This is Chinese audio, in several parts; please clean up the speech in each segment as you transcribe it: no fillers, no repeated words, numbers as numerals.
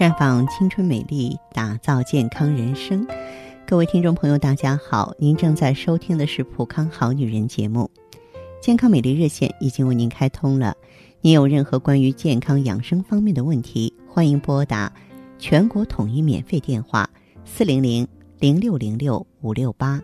绽放青春美丽，打造健康人生。各位听众朋友大家好，您正在收听的是普康好女人节目。健康美丽热线已经为您开通了，您有任何关于健康养生方面的问题，欢迎拨打全国统一免费电话400-0606-568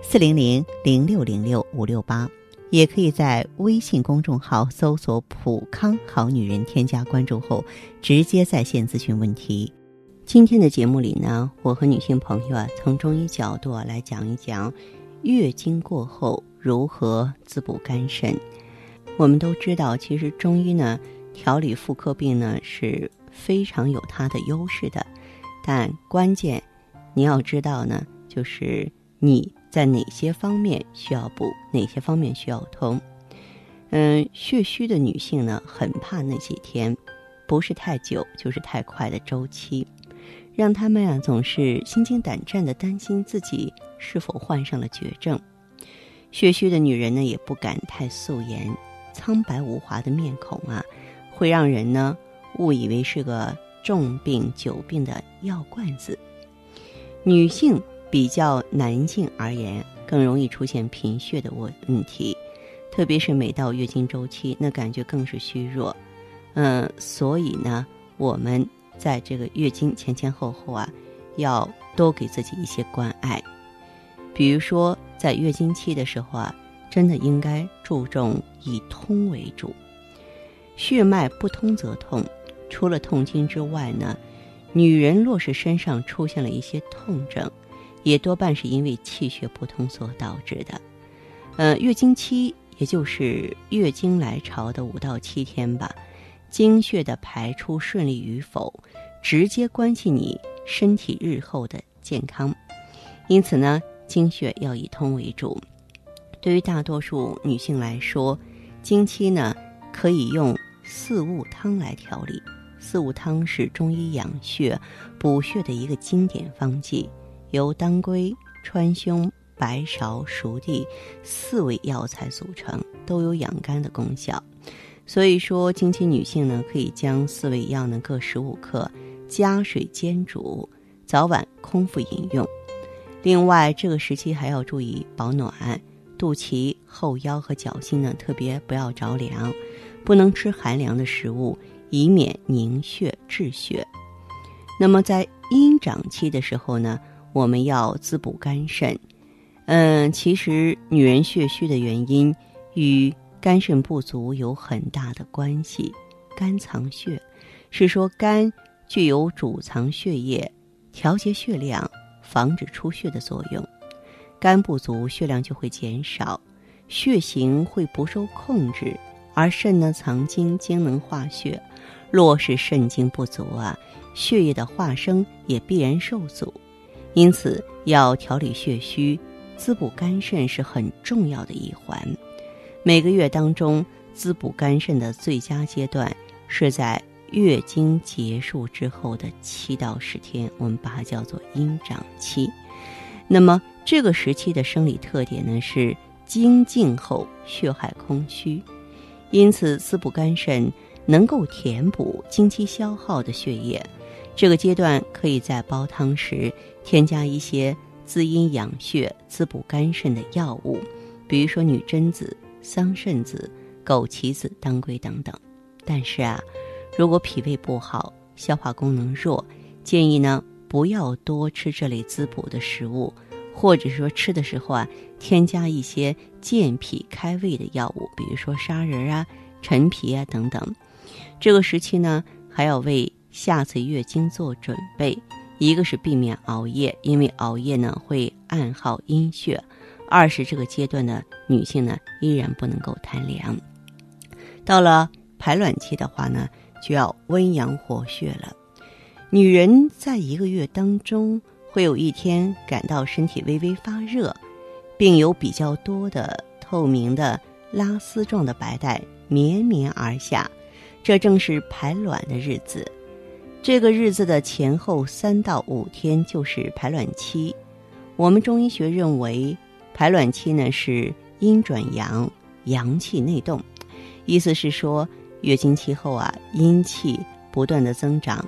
400-0606-568，也可以在微信公众号搜索普康好女人，添加关注后直接在线咨询问题。今天的节目里呢，我和女性朋友从中医角度来讲一讲月经过后如何滋补肝肾。我们都知道，其实中医呢调理妇科病呢是非常有它的优势的，但关键你要知道呢，就是你在哪些方面需要补，哪些方面需要通。血虚的女性呢，很怕那几天不是太久就是太快的周期，让她们总是心惊胆战地担心自己是否患上了绝症。血虚的女人呢，也不敢太素颜，苍白无华的面孔会让人呢误以为是个重病久病的药罐子。女性比较男性而言，更容易出现贫血的问题，特别是每到月经周期，那感觉更是虚弱。所以呢，我们在这个月经前后要多给自己一些关爱。比如说，在月经期的时候真的应该注重以通为主。血脉不通则痛，除了痛经之外呢，女人若是身上出现了一些痛症，也多半是因为气血不通所导致的。月经期也就是月经来潮的5到7天吧，经血的排出顺利与否，直接关系你身体日后的健康。因此呢，经血要以通为主。对于大多数女性来说，经期呢可以用四物汤来调理。四物汤是中医养血补血的一个经典方剂，由当归、川芎、白芍、熟地4味药材组成，都有养肝的功效。所以说，经期女性呢，可以将4味药呢各15克，加水煎煮，早晚空腹饮用。另外，这个时期还要注意保暖，肚脐、后腰和脚心呢特别不要着凉，不能吃寒凉的食物，以免凝血滞血。那么在阴长期的时候呢，我们要滋补肝肾。其实女人血虚的原因与肝肾不足有很大的关系。肝藏血，是说肝具有储藏血液、调节血量、防止出血的作用。肝不足，血量就会减少，血行会不受控制，而肾呢藏精，精能化血。若是肾精不足血液的化生也必然受阻。因此要调理血虚，滋补肝肾是很重要的一环。每个月当中，滋补肝肾的最佳阶段是在月经结束之后的7到10天，我们把它叫做阴长期。那么这个时期的生理特点呢是经静后血海空虚，因此滋补肝肾能够填补经期消耗的血液。这个阶段可以在煲汤时添加一些滋阴养血、滋补肝肾的药物，比如说女贞子、桑葚子、枸杞子、当归等等。但是如果脾胃不好、消化功能弱，建议呢不要多吃这类滋补的食物，或者说吃的时候添加一些健脾开胃的药物，比如说砂仁陈皮等等。这个时期呢，还要为下次月经做准备。一个是避免熬夜，因为熬夜呢会暗耗阴血；二是这个阶段的女性呢依然不能够贪凉。到了排卵期的话呢，就要温阳活血了。女人在1个月当中会有1天感到身体微微发热，并有比较多的透明的拉丝状的白带绵绵而下，这正是排卵的日子。这个日子的前后3到5天就是排卵期。我们中医学认为，排卵期呢是阴转阳，阳气内动，意思是说月经期后阴气不断的增长，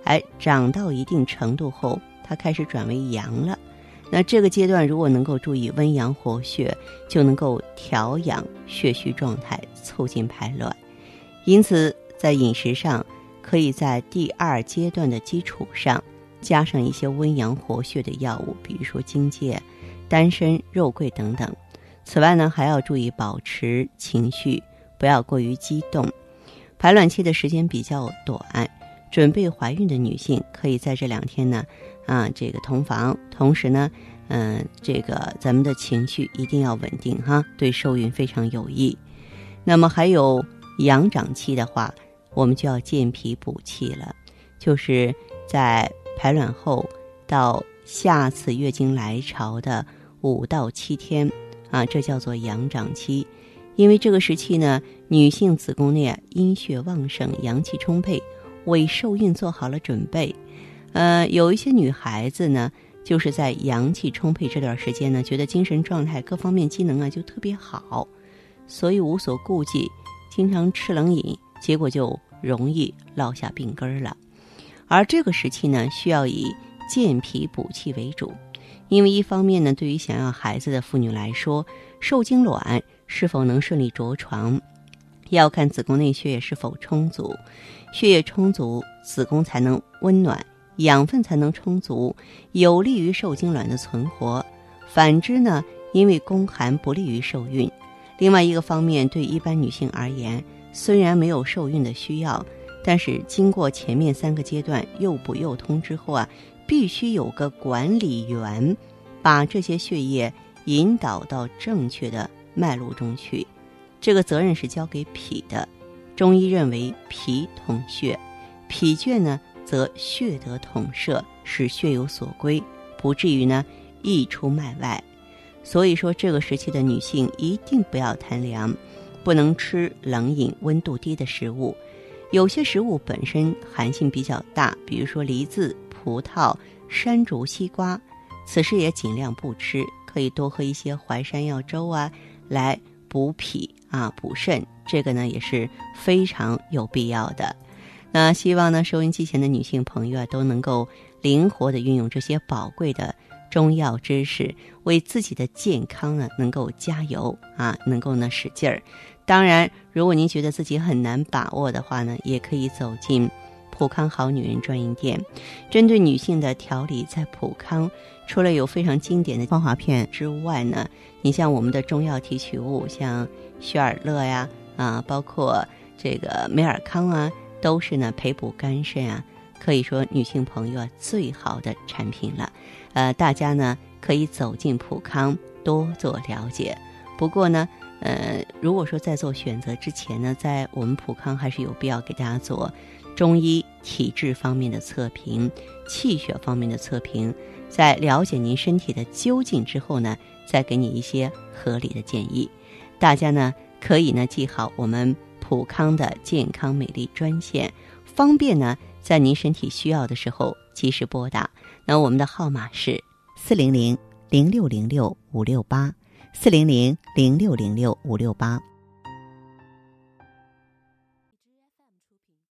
长到一定程度后，它开始转为阳了。那这个阶段如果能够注意温阳活血，就能够调养血虚状态，促进排卵。因此在饮食上可以在第2阶段的基础上加上一些温阳活血的药物，比如说荆芥、丹参、肉桂等等。此外呢，还要注意保持情绪，不要过于激动。排卵期的时间比较短，准备怀孕的女性可以在这2天呢同房，同时呢咱们的情绪一定要稳定哈，对受孕非常有益。那么还有阳长期的话，我们就要健脾补气了，就是在排卵后到下次月经来潮的5到7天这叫做阳长期。因为这个时期呢，女性子宫内阴血旺盛，阳气充沛，为受孕做好了准备。有一些女孩子呢，就是在阳气充沛这段时间呢，觉得精神状态各方面机能就特别好，所以无所顾忌，经常吃冷饮，结果就容易落下病根了。而这个时期呢，需要以健脾补气为主。因为一方面呢，对于想要孩子的妇女来说，受精卵是否能顺利着床，要看子宫内血液是否充足。血液充足，子宫才能温暖，养分才能充足，有利于受精卵的存活。反之呢，因为宫寒不利于受孕。另外一个方面，对一般女性而言，虽然没有受孕的需要，但是经过前面3个阶段诱补诱通之后必须有个管理员，把这些血液引导到正确的脉络中去。这个责任是交给脾的。中医认为脾统血，脾倦呢，则血得统摄，使血有所归，不至于呢溢出脉外。所以说这个时期的女性一定不要贪凉，不能吃冷饮、温度低的食物。有些食物本身寒性比较大，比如说梨子、葡萄、山竹、西瓜，此时也尽量不吃，可以多喝一些淮山药粥来补脾补肾，这个呢也是非常有必要的。那希望呢收音机前的女性朋友都能够灵活地运用这些宝贵的中药知识，为自己的健康呢能够加油能够呢使劲儿。当然如果您觉得自己很难把握的话呢，也可以走进普康好女人专营店。针对女性的调理，在普康除了有非常经典的芳华片之外呢，你像我们的中药提取物，像雪尔乐呀包括这个美尔康都是呢培补肝肾可以说女性朋友最好的产品了。大家呢可以走进普康多做了解。不过呢如果说在做选择之前呢，在我们普康还是有必要给大家做中医体质方面的测评，气血方面的测评，在了解您身体的究竟之后呢，再给你一些合理的建议。大家呢可以呢记好我们普康的健康美丽专线，方便呢在您身体需要的时候及时拨打。那我们的号码是 400-0606-568，400-0606-568。